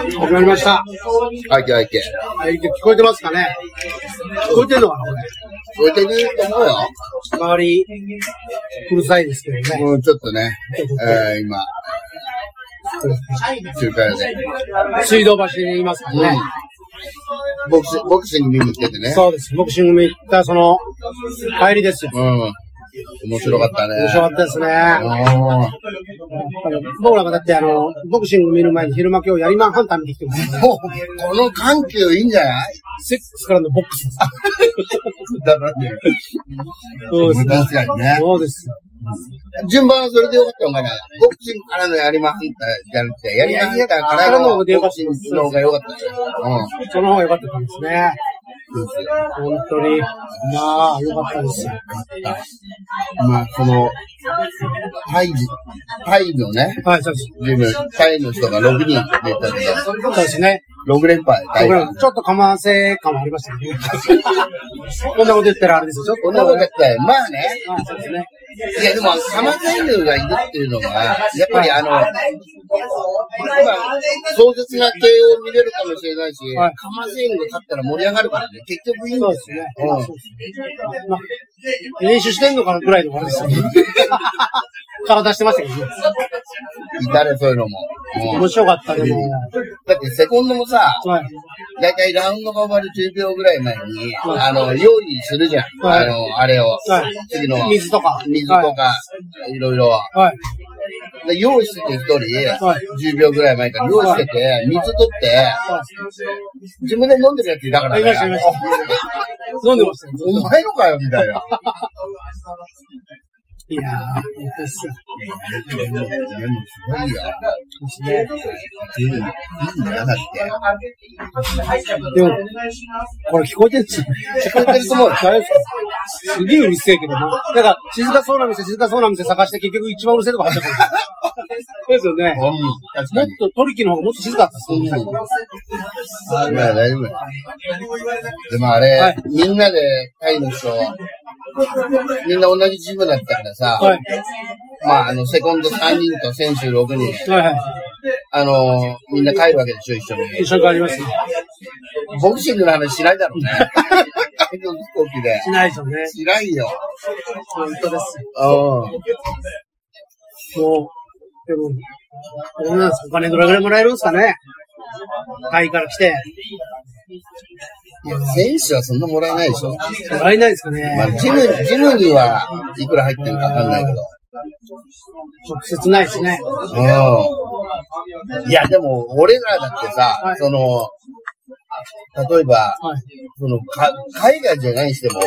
始まりました。 はいけ。 聞こえてますかね。聞こえてるのかなこれ。 聞こえてると思うよ。 周り、うるさいですけどね。 ちょっとね、今、中華屋で。 水道橋にいますからね。 ボクシング見に行っててね。 そうです。ボクシング見に行ったその、帰りですよ。 面白かったね。 面白かったですね。僕らがだってボクシング見る前に昼間今日やりまんハンター見てきてます、ね。 この緩急いいんじゃない？ セックスからのボックスです。 だからね。そうです。確かにね。 そうです。 順番はそれでよかったのかな。ボクシングからのやりまんハンターじゃなくて、やりまんハンターからのボクシングの方が良かったね。 その方が良かったですね。本当に、まあ、良かったですよ。 まあ、その、タイのね、 はい、そうです。 タイの人が6人出たけど、 そうですね。 6連敗。 ちょっとかませ感はありましたけどね。こんなこと言ったらあれですよ。 こんなこと言ったら、まあね。 そうですね。 いや、でも、カマセイヌがいるっていうのが、やっぱり壮絶な KO を見れるかもしれないし、カマセイヌが勝ったら盛り上がるからね、結局いいんですよ。 練習してんのかなぐらいの感じですよね。体してましたけどね。 いたね、そういうのも。 面白かったでも。 だってセコンドもさ、だいたいラウンドが終わる10秒ぐらい前に、用意するじゃん。あれを。次の。 水とか、 いろいろ。用意してて一人、10秒ぐらい前から用意してて、水取って、自分で飲んでるやついたからね。 いました。飲んでました。 お前のかよ、みたいな。 いやー、いいですよ。 でも、すごいよ。 ですね。 いいんだよ、だって。 でも、これ聞こえてるんですよ。 聞こえてると思うよ。 すげえうるせえけども。だから、静かそうな店探して結局一番うるせえとこ入っちゃったんですよ。ですよね。もっとトリキの方がもっと静かだったんですよ。 大丈夫。でもあれ、みんなでタイの人、みんな同じチームだったからさ、まあ、セコンド3人と選手6人、みんな帰るわけでしょ、一緒に。 一緒に帰りますね。 ボクシングの話しないだろうね。飛行機で。 しないでしょうね。 しないよ。 本当です。もう、でも、どうなんですか？お金どれぐらいもらえるんですかね？タイから来て。 選手はそんなもらえないでしょ。もらえないですかね。 まあ、ジムにはいくら入ってるかわかんないけど。 直接ないですね。 いや、でも、俺らだってさ、例えば、海外じゃないにしても、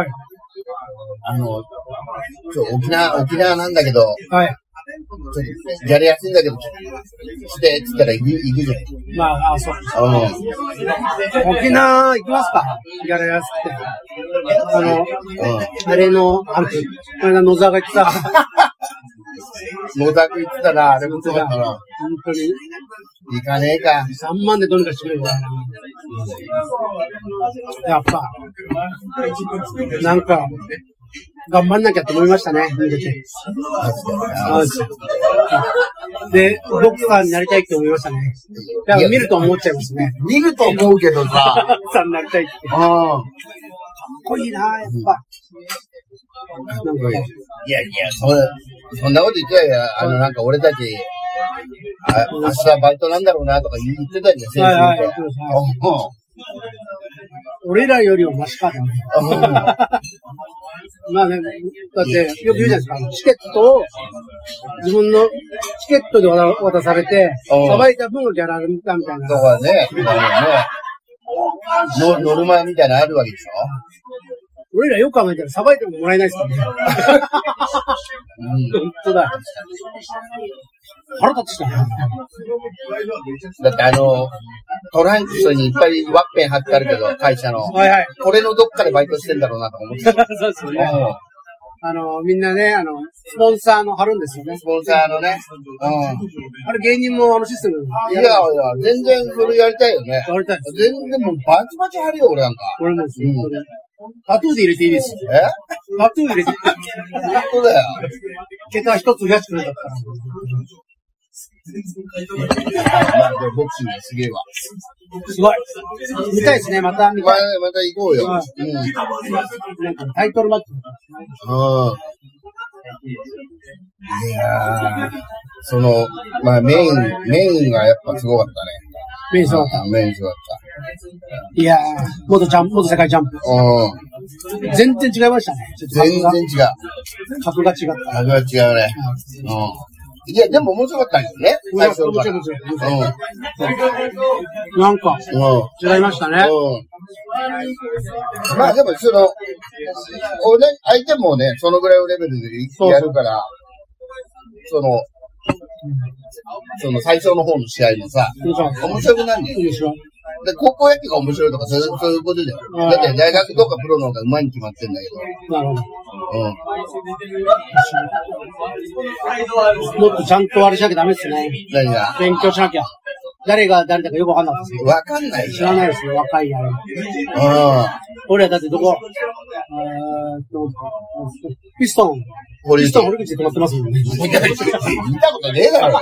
沖縄なんだけど、やりやすいんだけど、来てって言ったら行くじゃん。 まあ、そう。沖縄行きますか？やりやすくて。あれの、これが野沢が言ってた。 野沢言ってたら、あれもそうだから。 本当に。 行かねえか。 3万でどうにかしてくれるから。やっぱ、なんか、頑張んなきゃと思いましたね、見てて。で、ボクサーになりたいって思いましたね。だから見ると思っちゃいますね。 見ると思うけどさ。 ボクサーになりたいって。かっこいいな、やっぱ。 いや、そんなこと言ってたよ。なんか俺たち、明日バイトなんだろうなとか言ってたじゃん、先生で。 俺らよりもマシかと思う。まあね、だって、よく言うじゃないですか。チケットを、自分のチケットで渡されて、さばいた分のギャラみたいな。 そうだね。ノルマみたいなのあるわけでしょ？ 俺らよく考えたらさばいてももらえないですからね。本当だ。腹立つしたね。 だってトランクスにいっぱいワッペン貼ってあるけど、会社の。これのどっかでバイトしてんだろうなと思って。 そうですよね。みんなね、スポンサーの貼るんですよね。 スポンサーのね。 あれ芸人もシステム。 いや、全然それやりたいよね。 やりたい。 全然もうバチバチ貼るよ、俺なんか。 俺もですよ。タトゥーで入れていいです。タトゥー入れていい。 本当だよ。 桁一つ増やしてくれたから。 まあ、ボクシングすげえわ。 すごい。見たいですね、また見たい。 また行こうよ。 なんかタイトルマッチ。 いやー、まあメインがやっぱすごかったね。 メインすごかった。いやー、元世界チャンプ。全然違いましたね。 全然違う。 格が違った。 格が違うね。いや、でも面白かったんですね。最初のから。 なんか、違いましたね。 まあでも、相手もね、そのぐらいのレベルでやるから、最初の方の試合もさ、面白くなるんだよ。で、高校野球が面白いとか、そういうことだよ。だって大学とかプロの方が上手いに決まってんだけど。なるほど。もっとちゃんとあれしなきゃダメですね。 何が？ 勉強しなきゃ。誰が誰だかよくわかんないですよ。 わかんない。 知らないですよ、若いやつ。俺はだってピストン堀口で止まってますもんね。 見たことねえだろ。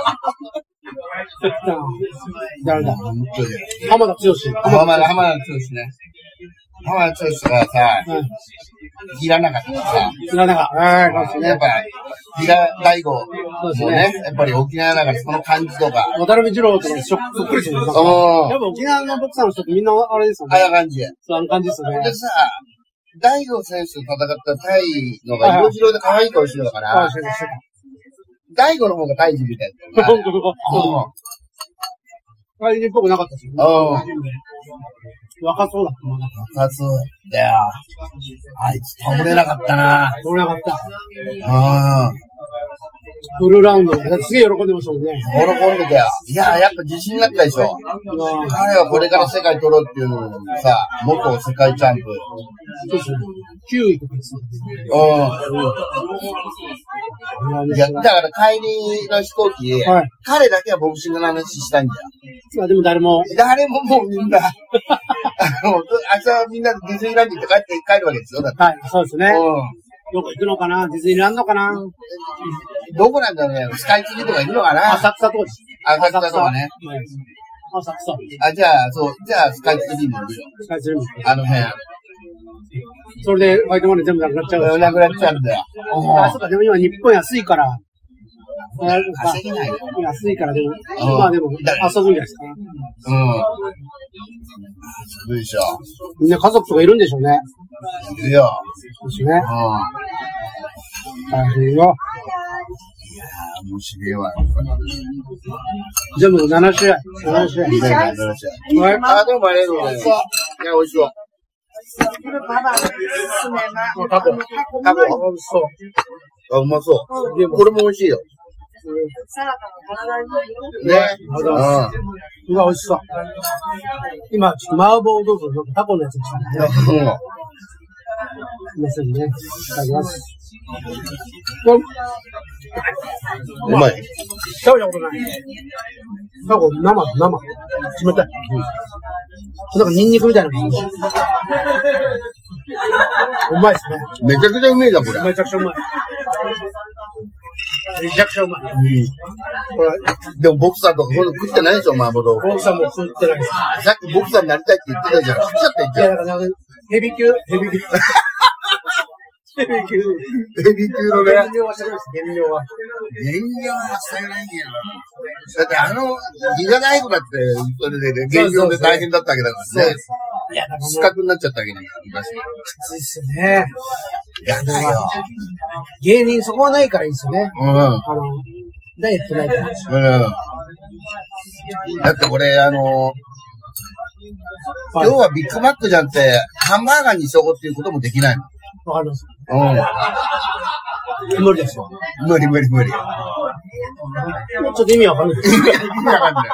誰だ？浜田剛ね。 浜田剛ね。浜田剛がさ、いらなかったさ。 いらなかった。 やっぱ、平大悟もね、やっぱり沖縄だからその感じとか。 渡辺二郎とかそっくりですよね。やっぱ沖縄のボクサーの人ってみんなあれですよね。 あんな感じ。 そう、感じですよね。 でさ、大悟選手と戦ったタイのが色白で可愛い顔してるのかな。大悟の方がタイ人みたいな。 タイ人っぽくなかったですよね。若そうだった。 若そうだよ。あいつ倒れなかったな。 倒れなかった。フルラウンドですげえ喜んでましたもんね。 喜んでたよ。いや、やっぱ自信になったでしょ。彼はこれから世界取ろうっていうのをさ、元世界チャンプ。 そうですね。9位とかですね。いや、だから帰りの飛行機、彼だけはボクシングの話したいんだよ。 いや、でも誰ももうみんな、明日みんなでディズニーランド行って帰るわけですよ。 はい、そうですね。どこ行くのかな？ディズニーランドかな？ どこなんだろうね。スカイツリーとか行くのかな？ 浅草とかです。 浅草とかね。 浅草。 じゃあスカイツリーも行くよ。 スカイツリーも。 あの辺。 それで、ファイトマネー全部なくなっちゃう。 なくなっちゃうんだよ。 そうか、でも今日本安いから。 稼げないよ。 安いからでも、まあでも、遊ぶんじゃないですか。 遊ぶでしょ。 みんな家族とかいるんでしょうね。 いるよ。 ですね。大変よ。 いやー、面白いわ。 全部で7試合。7試合。 どうもありがとうございます。いや、美味しそう。タコ。美味しそう。うまそう。これも美味しいよ。ね。 うわ、美味しそう。今、麻婆豆腐のタコのやつでしたね。すいませんね。いただきます。 うまい。 食べたことない。タコ、生。冷たい。なんかニンニクみたいな感じ。うまいですね。 めちゃくちゃうめえだ、これ。 めちゃくちゃうまい。めちゃくちゃうまい。 これでもボクサーとかこういうの食ってないでしょ、麻婆豆腐。 ボクサーも食ってないです。 さっきボクサーになりたいって言ってたじゃん。食っちゃったじゃん。 いや、だからヘビ級。ヘビ級のね。 減量はしてないです、減量は。 減量はしてないけど。だってギガ大工だって、それで減量で大変だったわけだからね。 いや、 失格になっちゃったわけね。 きついっすね。 やだよ。 芸人そこはないからいいっすね。ダイエットないから。 だって俺、今日はビッグマックじゃんって、ハンバーガーにしようっていうこともできないの。 わかります。無理ですよ。 無理。 ちょっと意味わかんない。 意味わかんない。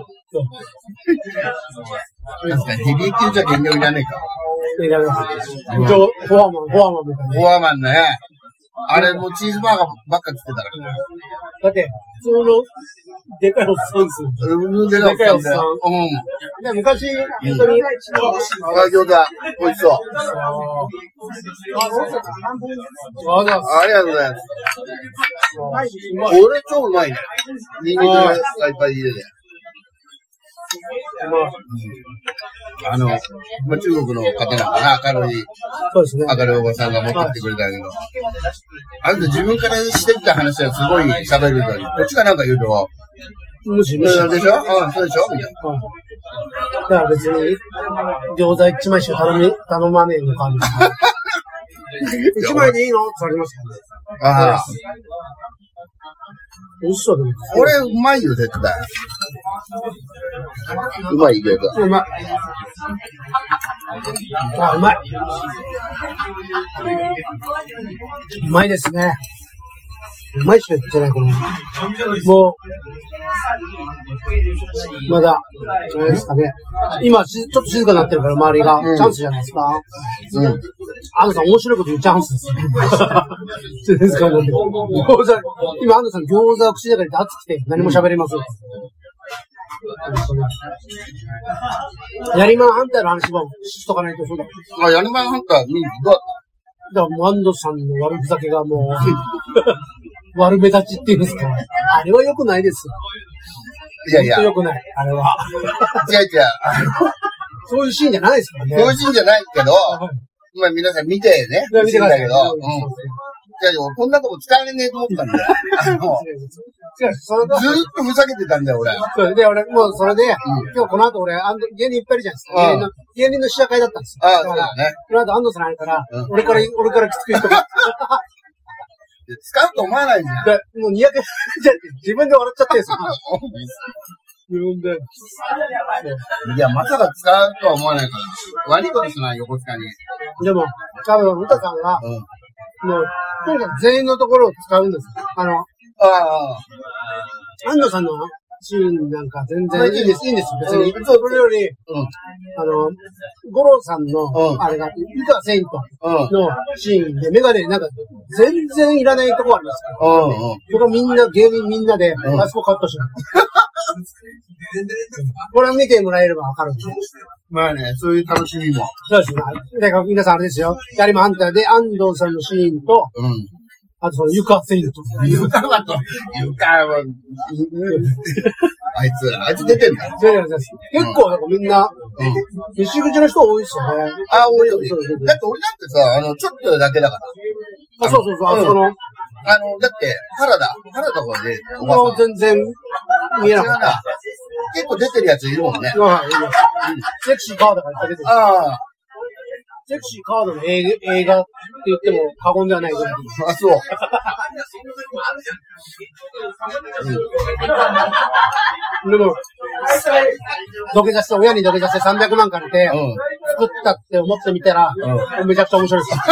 確かにヘビー級じゃ減量いらねえか。 いらない。フォアマンみたいな。 フォアマンね。あれもチーズバーガーばっか食ってたから。 だって、普通のでかいおっさんですよ。 でかいおっさん。 で、昔、本当に。 餃子、美味しそう。ありがとうございます。これ超うまいね。ニンニクがいっぱい入れて。中国の方なんかな、明るいおばさんが持ってきてくれたけど、あれで自分からしてきた話はすごい喋るのに、こっちがなんか言うと、 無視。 でしょそうでしょみたいな。 だから別に、餃子1枚しか頼まねえのか、みたいな。1枚でいいのって言われましたね。 ああ。 嘘でも。 これうまいよ、絶対。うまい餃子。 うまい。あ、うまい。うまいですね。うまいしか言ってない、これ。もう、まだ、じゃないですかね。今、ちょっと静かになってるから、周りが。チャンスじゃないですか。安藤さん、面白いこと言うチャンスですね。静かになってる。今、安藤さん、餃子を口の中に熱くて、何も喋れません。やりまんハンターの話もしとかないとそうだ。 あ、やりまんハンター、 だからもう安藤さんの悪ふざけがもう、悪目立ちっていうんですか。あれは良くないですよ。いや。良くない、あれは。 違う。 そういうシーンじゃないですからね。 そういうシーンじゃないけど、まあ皆さん見てね。見てくださいけど、いや、こんなとこ使われねえと思ったんだよ。ずーっとふざけてたんだよ、俺。 で、俺、もうそれで、今日この後俺、芸人いっぱいいるじゃないですか。芸人の試写会だったんですよ。 ああ、そうだね。 この後安藤さんあるから、俺からきつく言っとく。 使うと思わないじゃん。 もう200円じゃ自分で笑っちゃってるんですよ。自分で。 いや、まさか使うとは思わないから。悪いことしない、横須賀に。 でも、多分、歌さんが、もう、とにかく全員のところを使うんですよ。安藤さんのシーンなんか全然いいんですよ、別に。それより、五郎さんの、あれが、湯川セイントのシーンで、メガネなんか、全然いらないとこありますから。そこみんな、芸人みんなで、あそこカットしない。これを見てもらえればわかるんで。 まあね、そういう楽しみも。 そうですね。だから皆さんあれですよ。やりまハンターで安藤さんのシーンと、あとその床セイント。 床は、あいつ出てんだ。 結構なんかみんな、西口の人多いですよね。 あ、多いよ。だって俺だってさ、ちょっとだけだから。 そう、あそこの。 だって、原田これで、 もう全然見えなかった。 結構出てるやついるもんね。 セクシーカードがいっぱい出てる。セクシーカードの映画って言っても過言ではないぐらい。 あ、そう。 でも、親に土下座して300万借りて、作ったって思ってみたら、めちゃくちゃ面白いです。 い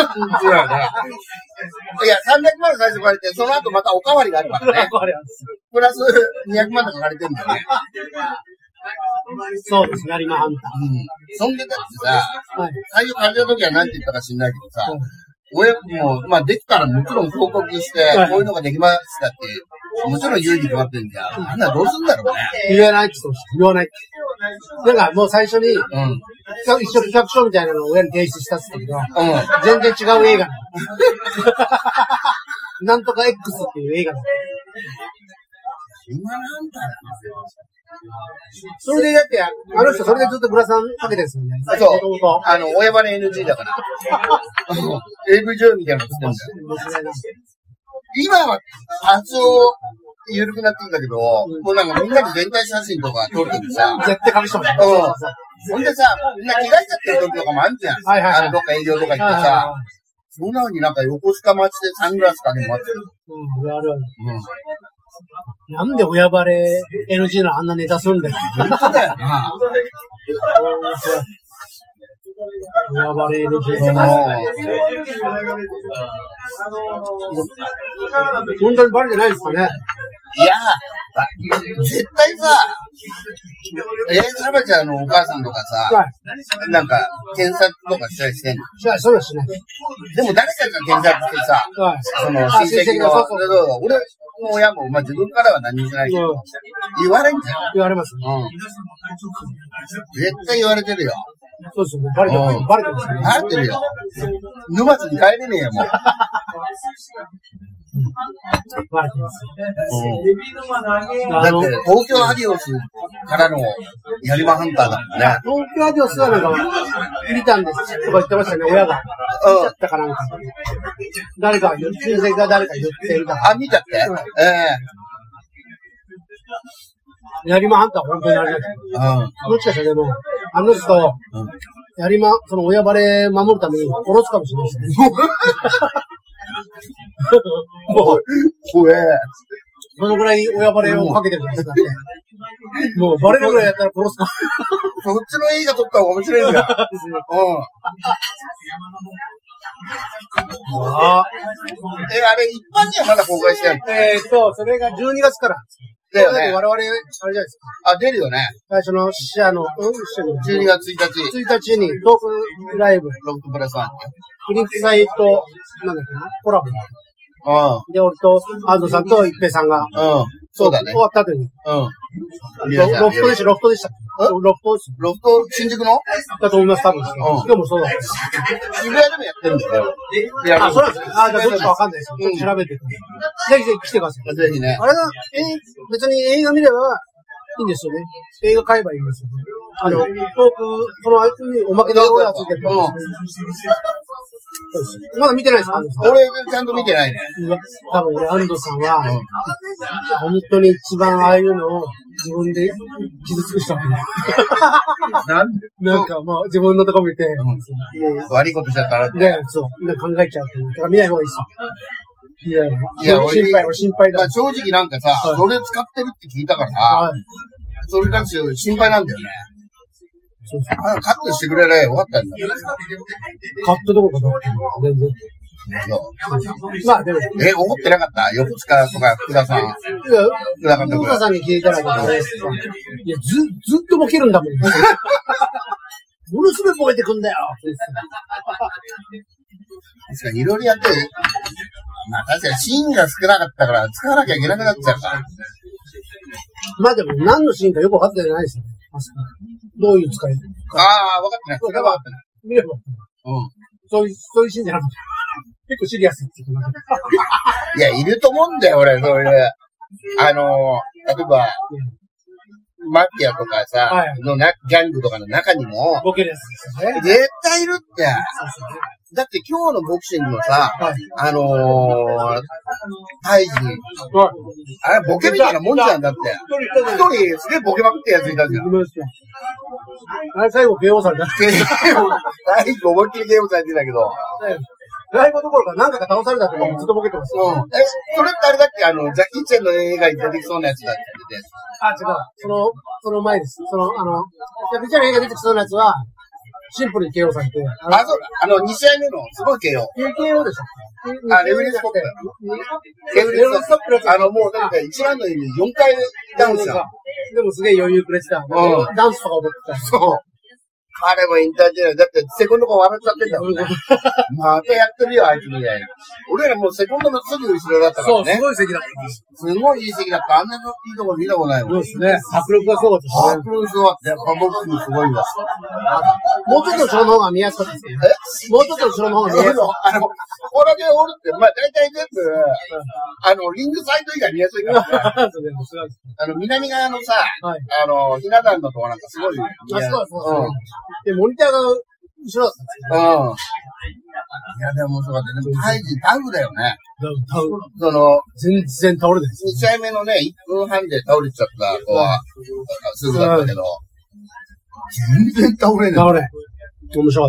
や、300万最初借りて、その後またおかわりがあるからね。プラス200万とか借りてるんだよね。 そうですね、やりまハンター。 そんでだってさ、最初借りた時は何て言ったか知んないけどさ、親も、まあできたらもちろん報告して、こういうのができましたって、もちろん言うに決まってんじゃん。あんなどうすんだろうね。 言わないって言わない。なんかもう最初に、一緒企画書みたいなのを親に提出したって言ったけど、全然違う映画なんとか X っていう映画今なんだよ。 それでだって、あの人それでずっとグラサンかけてるんですよね。 そう。親バネ NG だから。AV 女優みたいなの作ってんだよ。今は多少緩くなってんだけど、もうなんかみんなで全体写真とか撮るときさ、 絶対隠してます。 ほんでさ、みんな着替えちゃってる時とかもあるじゃん。どっか営業とか行ってさ、そんなのになんか横須賀町でサングラスかけ待ってる。 ある。なんで親バレ NG のあんなネタすんだよ。 本当だよな。 親バレ NG。本当にバレてないですかね。 いや、絶対さ、サバちゃんのお母さんとかさ、なんか、検索とかしたりしてんの？ そうですね。 でも誰かが検索してさ、その親戚の、 の親も、まあ自分からは何もしないけど、言われんじゃん。 言われます。 絶対言われてるよ。 そうですよね。バレてます。バレてますね。 バレてるよ。沼津に帰れねえよ、もう。 バレてます。 だって、東京アディオスからのやりまハンターだもんね。 東京アディオスはなんか、見たんですとか言ってましたね、親が。見ちゃったかなんか。誰か、親戚が誰か言ってるか。 あ、見ちゃって、 やりまハンターは本当にあれだけど。もしかしたらでも、あの人、やりま、その親バレ守るために殺すかもしれないですね。もう、 怖え。 そのぐらい親バレをかけてるんですからね。もうバレるぐらいやったら殺すか。 そっちの映画撮った方が面白いんだよ。あれ、一般にはまだ公開してない。 それが12月から。 だよね。 我々、あれじゃないですか。 あ、出るよね。 最初の死者の、 12月1日。 1日にトークライブ。 ロックプラスワン。 クリンクサイと、なんだっけな、コラボ。で、俺と、安藤さんと一平さんが。 そうだね。 終わった後に。ロフトでした。ロフトです。 ロフト、新宿のだと思います、多分。でもそうだ。 渋谷でもやってるんだよ。 あ、そうなんですか。じゃあどっちかわかんないです。ちょっと調べて。ぜひぜひ来てください。 ぜひね。 あれだ、別に映画見ればいいんですよね。映画買えばいいんですよね。トーク、そのおまけで親がついてる。まだ見てないですか？ 俺、ちゃんと見てないね。 多分俺、安藤さんは、本当に一番ああいうのを自分で傷つくしたわけね。なんかもう自分のとこ見て、 悪いことしちゃったら。 ね、そう。考えちゃう。だから見ない方がいいですよ。いや、心配だ。 正直なんかさ、それ使ってるって聞いたから、それに関して心配なんだよね。カットしてくれればよかったんだよ。 カットどこかだって全然。まあでも。 思ってなかった横須賀とか福田さん。 福田さんに聞いたら、いや、ずっとボケるんだもん。ものすごいボケてくんだよ。 確かにいろいろやってる。まあ確かにシーンが少なかったから使わなきゃいけなくなっちゃうから。 まあでも何のシーンかよく分かってないですよね。どういう使い分かってない。それは分かってない。 見れば。そういうシーンじゃなくて。結構シリアスって言ってます。 いや、いると思うんだよ、俺、そういう。例えば、マフィアとかさ、のギャングとかの中にも、 ボケるやつですよね。 絶対いるって。だって今日のボクシングのさ、タイジ、あれボケみたいなもんじゃんだって。一人すげえボケまくってやついたじゃん。 あれ最後 KO された。 最後思いっきり KO されてたけど。 ライブどころか何回か倒されたってずっとボケてます。 それってあれだっけジャッキー・チェンの映画に出てきそうなやつだって言って。 違う。その前です。ジャッキー・チェンの映画出てきそうなやつは、シンプルに KO されて。 そうだ。2試合目のすごい KO。 KO でしょ。 レベルストップ。レベルストップ。もうなんか一番の意味4回ダウンした。 でもすげえ余裕くれてた。ダンスとか踊ってた。 そう。彼もインタージェラーだってセコンドが笑っちゃってんだもんね。またやってるよ、あいつみたいな。俺らもうセコンドのすぐ後ろだったからね。 そう、すごい席だった。 すごいいい席だった。あんないいとこ見たことないもん。 そうですね。迫力がすごかったですね。迫力すごかった。やっぱボクシングすごいわ。 もうちょっと後ろの方が見やすかったですね。もうちょっと後ろの方が見やすかった。 ここらでおるって、まあ大体全部、リングサイド以外見やすいから、ね。南側のさ、ひな壇のとこなんかすごい。 そう。で、モニターが後ろだったんですよ。 いや、でもそうだって、でも、タイジ、タフだよね。 タフ。全然倒れない。 2試合目のね、1分半で倒れちゃった子は、すぐだったけど、全然倒れない。 倒れない。面白かった。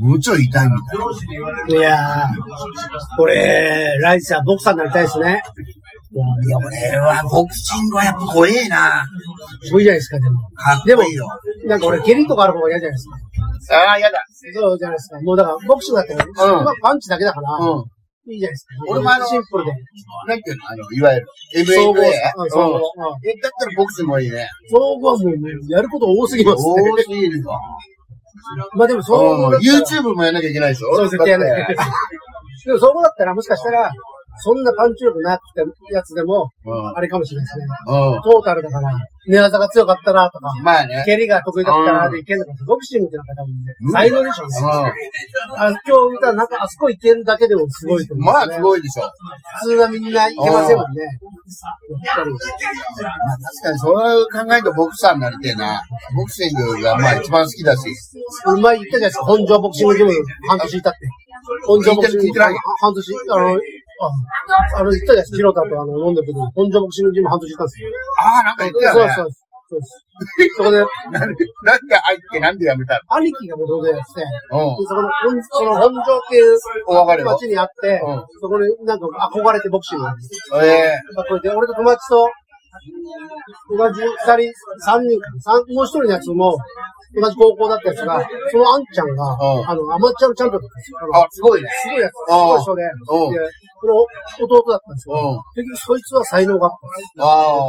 もうちょい痛いみたい。 いやー、これ、来世はボクサーになりたいですね。 いや、俺はボクシングはやっぱ怖えな。 すごいじゃないですか、でも。 でもいいよ。 なんか俺、蹴りとかある方が嫌じゃないですか。ああ、嫌だ。 そうじゃないですか。もうだから、ボクシングだって、パンチだけだから、いいじゃないですか。 俺もシンプルで。なんていうのいわゆる。 総合。 だったらボクシングもいいね。 総合はもう、やること多すぎますね。 多すぎるわ。 まあでも、総合。 YouTube もやんなきゃいけないでしょ。 そう、絶対やらない。でも、総合だったら、もしかしたら、 そんなパンチ力なくてやつでも、あれかもしれないですね。トータルだから、寝技が強かったらとか、 まあね。 蹴りが得意だったらでいけるのか、ボクシングってのが多分ね、才能でしょうね。今日見たらなんかあそこいけるだけでもすごいと思う。 まあすごいでしょ。 普通はみんないけませんもんね。やっぱり。 確かにそう考えるとボクサーになりてえな。ボクシングがまあ一番好きだし。 前言ったじゃないですか、本庄ボクシングジム半年いたって。本庄ボクシングジム半年、言ったじゃないですか、広田と飲んだ時に、本庄ボクシングジム半年いたんですよ。 なんか言ったよね。 そうです。そこで、 なんで入ってなんでやめたの？ 兄貴がもともとやってて、その本庄っていう町にあって、そこになんか憧れてボクシングなんですよ。これで、俺と友達と、同じ3人、もう一人のやつも、同じ高校だったやつが、そのあんちゃんが、アマチュアのチャンピオンだったんですよ。 すごいね。 すごいやつ。すごい人で、その弟だったんですよ。結局そいつは才能があったんです。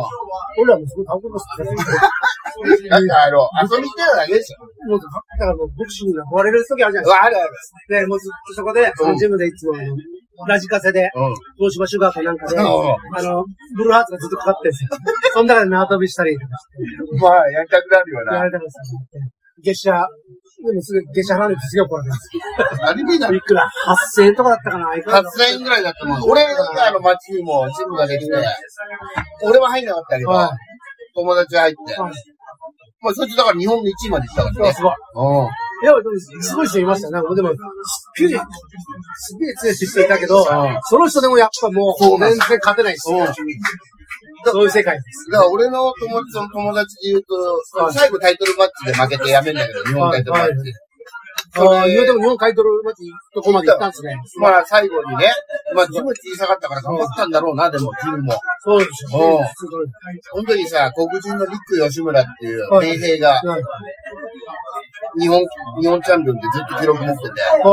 俺らもすごいタコボスってなんか遊びに行ってただけでしょ。 もう、だからもうボクシングが壊れる時あるじゃないですか。で、もうずっとそこで、そのジムでいつもラジカセで、東芝シュガーかなんかで、ブルーハーツがずっとかかってるんですよ。その中で縄跳びしたり。 まあ、やりたくなるよな。 やりたくなる。月謝、でもすぐ月謝払うんですよ、これ。 何でいいの？ いくら ?8000 円とかだったかな ?8000 円ぐらいだったもん。俺らの町にもジムができて、俺は入んなかったけど、友達入って。まあ、そいつだから日本の1位まで行ったからね。 すごい。いや、でも、すごい人いましたね。でも、すげえ強い人いたけど、その人でもやっぱもう、全然勝てないです。そういう世界です。 だから俺の友達で言うと、最後タイトルマッチで負けてやめんだけど、日本タイトルマッチで。 言うても日本タイトルマッチどこまで行ったんですね。 まあ最後にね、まあジム小さかったから頑張ったんだろうな、でもジムも。 そうですよね。 本当にさ、黒人のリック吉村っていう名兵が、日本チャンピオンでずっと記録持ってて、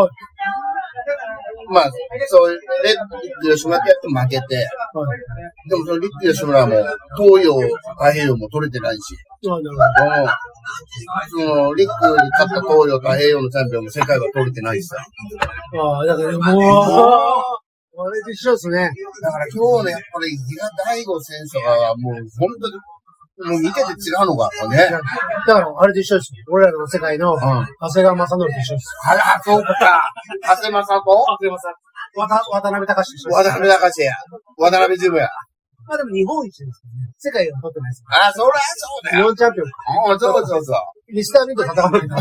まあ、そういう、リック吉村ってやって負けて、でもそのリック吉村も東洋、太平洋も取れてないし、そのリックに勝った東洋、太平洋のチャンピオンも世界は取れてないしさ。 だからもう、あれと一緒ですね。 だから今日ね、やっぱり比嘉大吾選手がもう本当に、もう見てて違うのがね。 だから、あれと一緒です。俺らの世界の、長谷川正則と一緒です。 あら、そうか。長谷正と渡辺隆史と一緒です。 渡辺隆や。渡辺ジムや。 まあでも日本一ですよね。世界が取ってないです。 そりゃそうだよ。 日本チャンピオン。 そう。 ミスターミント戦わなきゃ。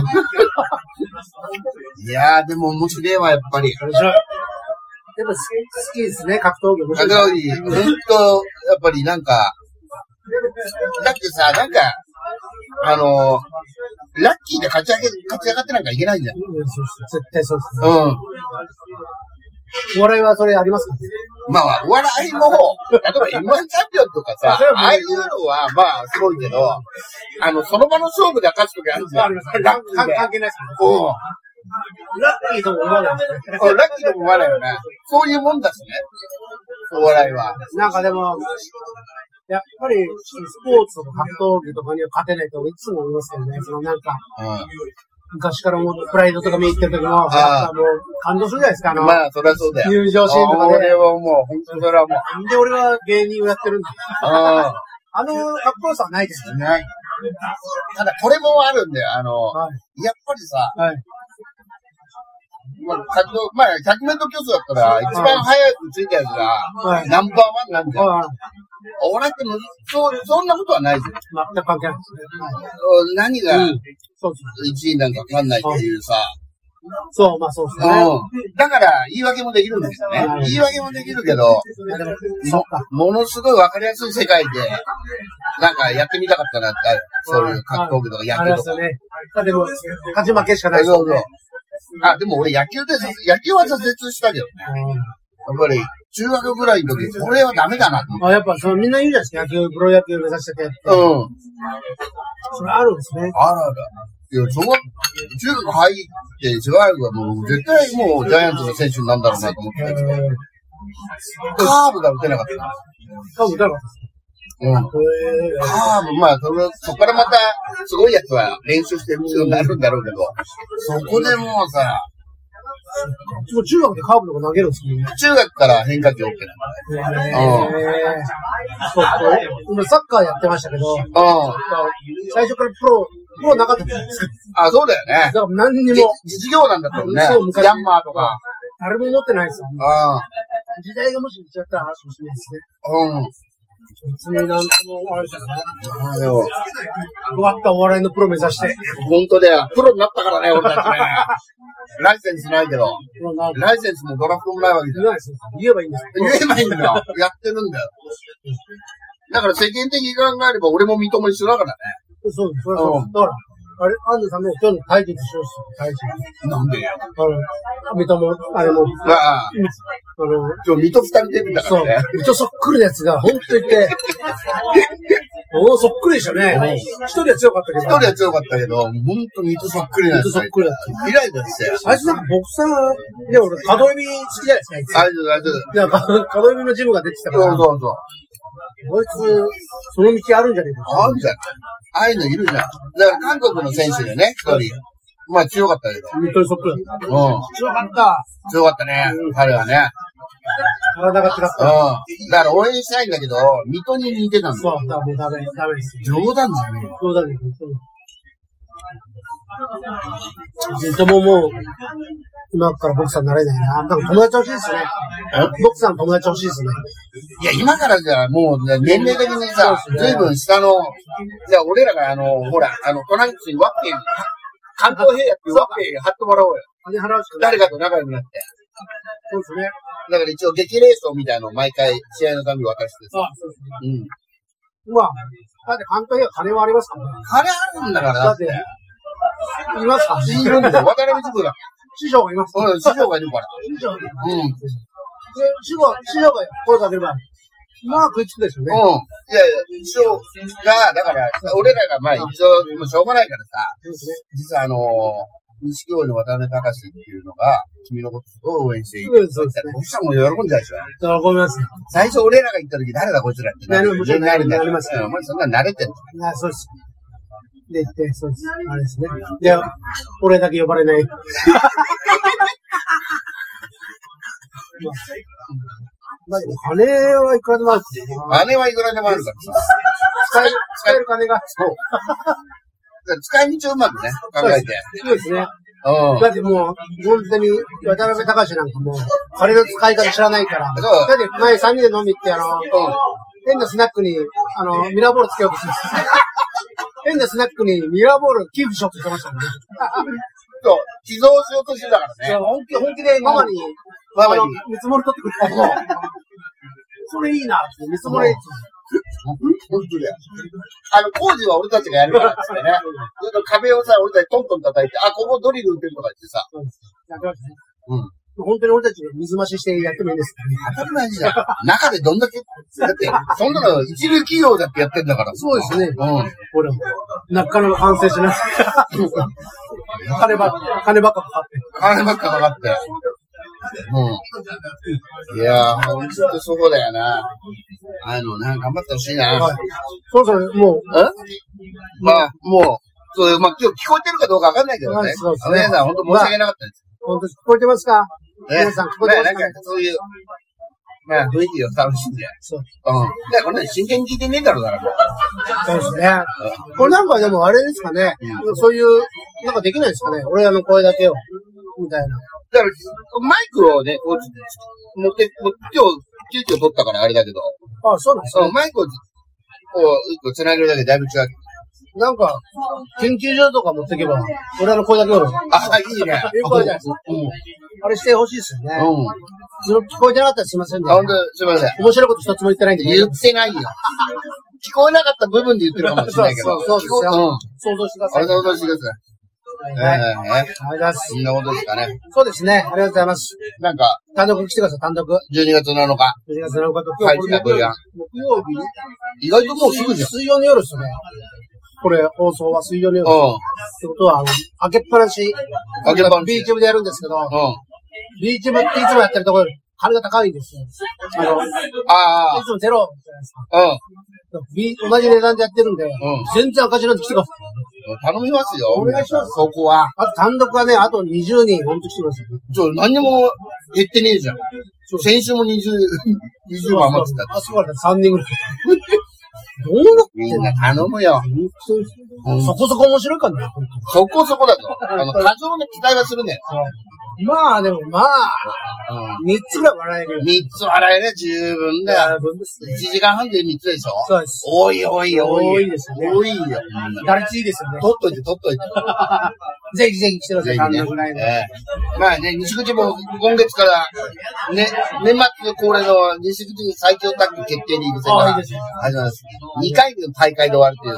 いやー、でも面白いわ、やっぱり。 面白い。でも好きですね、格闘技。 格闘技、ほんと、やっぱりなんか、だってさ、なんか、ラッキーで勝ち上がってなんかいけないんじゃん。 絶対そうですね。お笑いはそれありますか？ まあ、お笑いも、例えば M1 チャンピオンとかさ、ああいうのは、まあ、すごいけど、その場の勝負で勝つときあるじゃん。 関係ないですね。ラッキーとも思わないですね。 ラッキーとも思わないよね。そういうもんだしね。お笑いは。 なんかでも、やっぱり、スポーツとか格闘技とかには勝てないといつも思いますけどね。なんか、昔からもプライドとか見に行ってる時も、もう感動するじゃないですか。 まあ、そりゃそうだよ。 入場シーンとかで。 俺はもう、本当にそれはもう。 なんで俺は芸人をやってるんだ。かっこよさはないですよね。 ない。ただ、これもあるんだよ。やっぱりさ、まあ、100メートル競争だったら、一番早くついたやつが、ナンバーワンなんだよ。俺ってそんなことはないじゃん。 全く関係ないですね。何が1位なんかわかんないっていうさ。 そう、まあそうですね。 だから、言い訳もできるんですよね。言い訳もできるけど、ものすごいわかりやすい世界で、なんかやってみたかったなってある。そういう格闘技とか野球とか。ありますよね。でも、勝ち負けしかないですよね。でも俺野球は挫折したけどね。やっぱり、中学ぐらいの時、これはダメだなと。 やっぱみんな言うじゃないですか、プロ野球目指してて。それあるんですね。 ある。いや、中学入って、中学はもう絶対もうジャイアンツの選手になるんだろうなと思ってたけど、カーブが打てなかった。 カーブ打てなかったですか？ カーブ、まあ、そこからまた、すごいやつは練習してる必要になるんだろうけど、そこでもうさ、 もう中学でカーブとか投げるんですね。 中学から変化球 OK そう。今サッカーやってましたけど、最初からプロなかったじゃないですか。 あ、そうだよね。 だから何にも。 実業なんだったもんね。 そう、 昔。ヤンマーとか。 誰も持ってないですよ。時代がもし一緒だったら話もしれないですね。別になんともあれじゃない。終わったお笑いのプロ目指して。 本当だよ。プロになったからね、俺たちね。ライセンスないけど。ライセンスもドラフトもないわけじゃない。 言えばいいんです言えばいいんだよ。やってるんだよ。だから世間的に考えれば俺も認め一緒だからね。 そうです。だから、あれ、アンドさんも今日の対決しようっすよ、対決。 なんでよ。 水戸も、あれも。 今日水戸二人出るんだからね。 そう。水戸そっくりなやつが、ほんといて。そっくりでしたね。一人は強かったけど。 一人は強かったけど、ほんと水戸そっくりなやつ。 水戸そっくりだった。 イライラして。 あいつなんかボクサー、で、俺、角指好きじゃないですか、 あいつ。 角指のジムが出てきたから。 そう。 こいつ、その道あるんじゃねえか。 あるじゃん。ああいうのいるじゃん。だから韓国の選手でね、一人。まあ強かったけど。 水戸にそっくりだった。強かった。 強かったね、彼はね。 体が違った。だから応援したいんだけど、水戸に似てたんだ。 そう、ダメです。 冗談じゃねえよ。 冗談です。水戸ももう、今からボクサーになれないな。なんか友達欲しいですね。ボクサーの友達欲しいですね。 いや、今からじゃ、もう、年齢的にさ、ずいぶん下の、じゃあ俺らがほら、隣にワッペン、関東平野っていうワッペン貼ってもらおうよ。 金払うしか誰かと仲良くなって。 そうですね。 だから一応激レースみたいなのを毎回試合のたびに渡してさ。 そうですね。まあ、だって関東平野金はありますからね。 金あるんだから。だって。 いますか？ いるんだよ。渡辺地区だ。 師匠がいます。 師匠がいるから。 師匠が声かければ、まあ食いつくでしょうね。 いや、師匠が、だから、俺らがまあ一応、もうしょうがないからさ、実は錦鯉の渡辺隆っていうのが、君のことを応援している。そうですね。僕さんも喜んじゃうでしょ。 喜びます。 最初俺らが言った時、誰だこいつらってなるんだよ。 なりますよ。 お前そんな慣れてんの？ そうです。で、そうです。あれですね。で、俺だけ呼ばれない。まあ、金はいくらでもある。 金はいくらでもあるからさ。 使える金が。 そう。使い道をうまくね、考えて。 そうですね。だってもう、本当に、渡辺隆なんかもう、金の使い方知らないから。だって前3人で飲みって変なスナックに、ミラーボールつけようとしてます。変なスナックにミラーボール寄付しようとしてましたもんね。 そう、寄贈しようとしてたからね。 本気でママに見積もり取ってくれた。それいいなって、見積もり。 本当だよ。工事は俺たちがやるからってね。壁をさ、俺たちトントン叩いて、ここドリル打ってるとか言ってさ。 やってましたね。本当に俺たちが水増ししてやってもいいんですかね。 当たり前じゃん。中でどんだけ、だって、そんなの一流企業だってやってんだから。 そうですね。俺も。なかなか反省しない。金ばっかかかって。 金ばっかかかって。いやー、ほんとそうだよな。頑張ってほしいな。 そう、もう。 まあ、もう、そういう、まあ、今日聞こえてるかどうかわかんないけどね。そうですね。皆さん、ほんと申し訳なかったです。 本当聞こえてますか？皆さん聞こえてますか？ なんかそういう、まあ雰囲気を楽しんで。そう。だからこれ真剣に聞いてねえだろうから。 そうですね。これなんかでもあれですかね。そういう、なんかできないですかね。俺らの声だけを。みたいな。 だから、マイクをね、持って、今日、急遽取ったからあれだけど。 そうなんですか。 マイクを、一個繋げるだけでだいぶ違う。 なんか、研究所とか持ってけば、俺の声だけを。 いいね。 いい声じゃないですか。あれしてほしいですよね。聞こえてなかったらすいませんね。 本当すいません。 面白いこと一つも言ってないんで。 言ってないよ。聞こえなかった部分で言ってるかもしれないけど。 そうですよ。想像してください。 想像してください。 ありがとうございます。 そんなことですかね。 そうですね。ありがとうございます。 なんか、 単独来てください、単独。12 月7日。 12月7日と今日木曜日。 意外ともうすぐじゃん。 水曜の夜ですね。これ、放送は水曜の夜。ってことは、開けっぱなし。ビーチ部でやるんですけど、ビーチ部っていつもやってるところより、金が高いんですよ。いつもゼロじゃないですか。同じ値段でやってるんで、全然赤字なんて来てくださ頼みますよ。 お願いします。 そこは。 あと単独はね、あと20人ほんと来てますよ。 何にも減ってねえじゃん。先週も20万余ってた。 あ、そうだね、3人ぐらい。どうなってみんな頼むよ。 そこそこ面白いかな。 そこそこだと。過剰な期待はするね。 まあでもまあ、3つぐらい笑える。 3つ笑える十分だよ。1時間半で3つでしょ。 そうです。 多いですよね。 多いよ。 打率いいですよね。 取っといて。 ぜひぜひ来てください。単独ライブ。 まあね、西口も今月から、ね、年末恒例の西口最強タッグ決定リーグ戦が始まります。2回の大会で終わるっていう。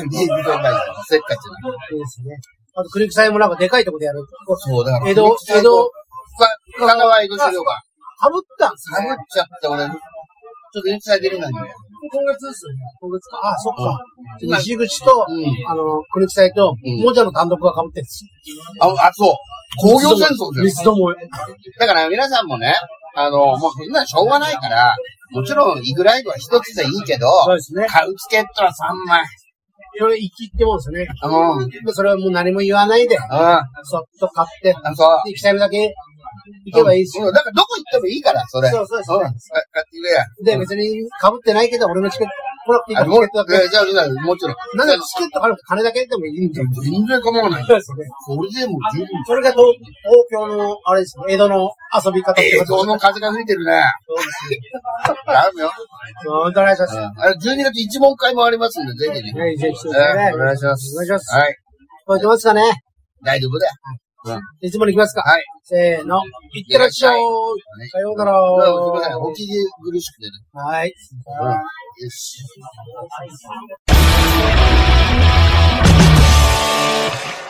リーグ戦がせっかちな。 いいですね。あと、クリック祭もなんかでかいとこでやる。 そうだから。 江戸、 香川江戸資料館。 かぶったんすかぶっちゃった俺。ちょっとインスタ出れないんだよ。 今月ですよね。今月か。あ、そっか。西口と、クリック祭と、もじゃの単独がかぶってるんですよ。あ、そう。工業戦争ですよ。 だから皆さんもね、もうそんなしょうがないから、もちろんイグライブは一つでいいけど、 そうですね。 買うチケットは3枚。 いろいろ生きってもんですよね。それはもう何も言わないで、そっと買って、行きたいだけ行けばいいし。 だからどこ行ってもいいから、それ。 そうですね。買ってくれや。 で、別に被ってないけど、俺のチケット、もらっていいかもちろん。 なんでチケット払うと金だけでもいいんだよ。 全然構わない。 そうですね。 それでも十分。 それが東京の、あれですね、江戸の遊び方って江戸の風が吹いてるね。 そうですね。 頼むよ。 本当お願いします。 12月一問会もありますんで、ぜひね。 はい、ぜひ。 お願いします。 お願いします。 はい。 聞こえてますかね？ 大丈夫だよ。 いつもに行きますか？ はい。 せーの。いってらっしゃい。さようなら。 すみません。お聞き苦しくてね。 はい。 よし。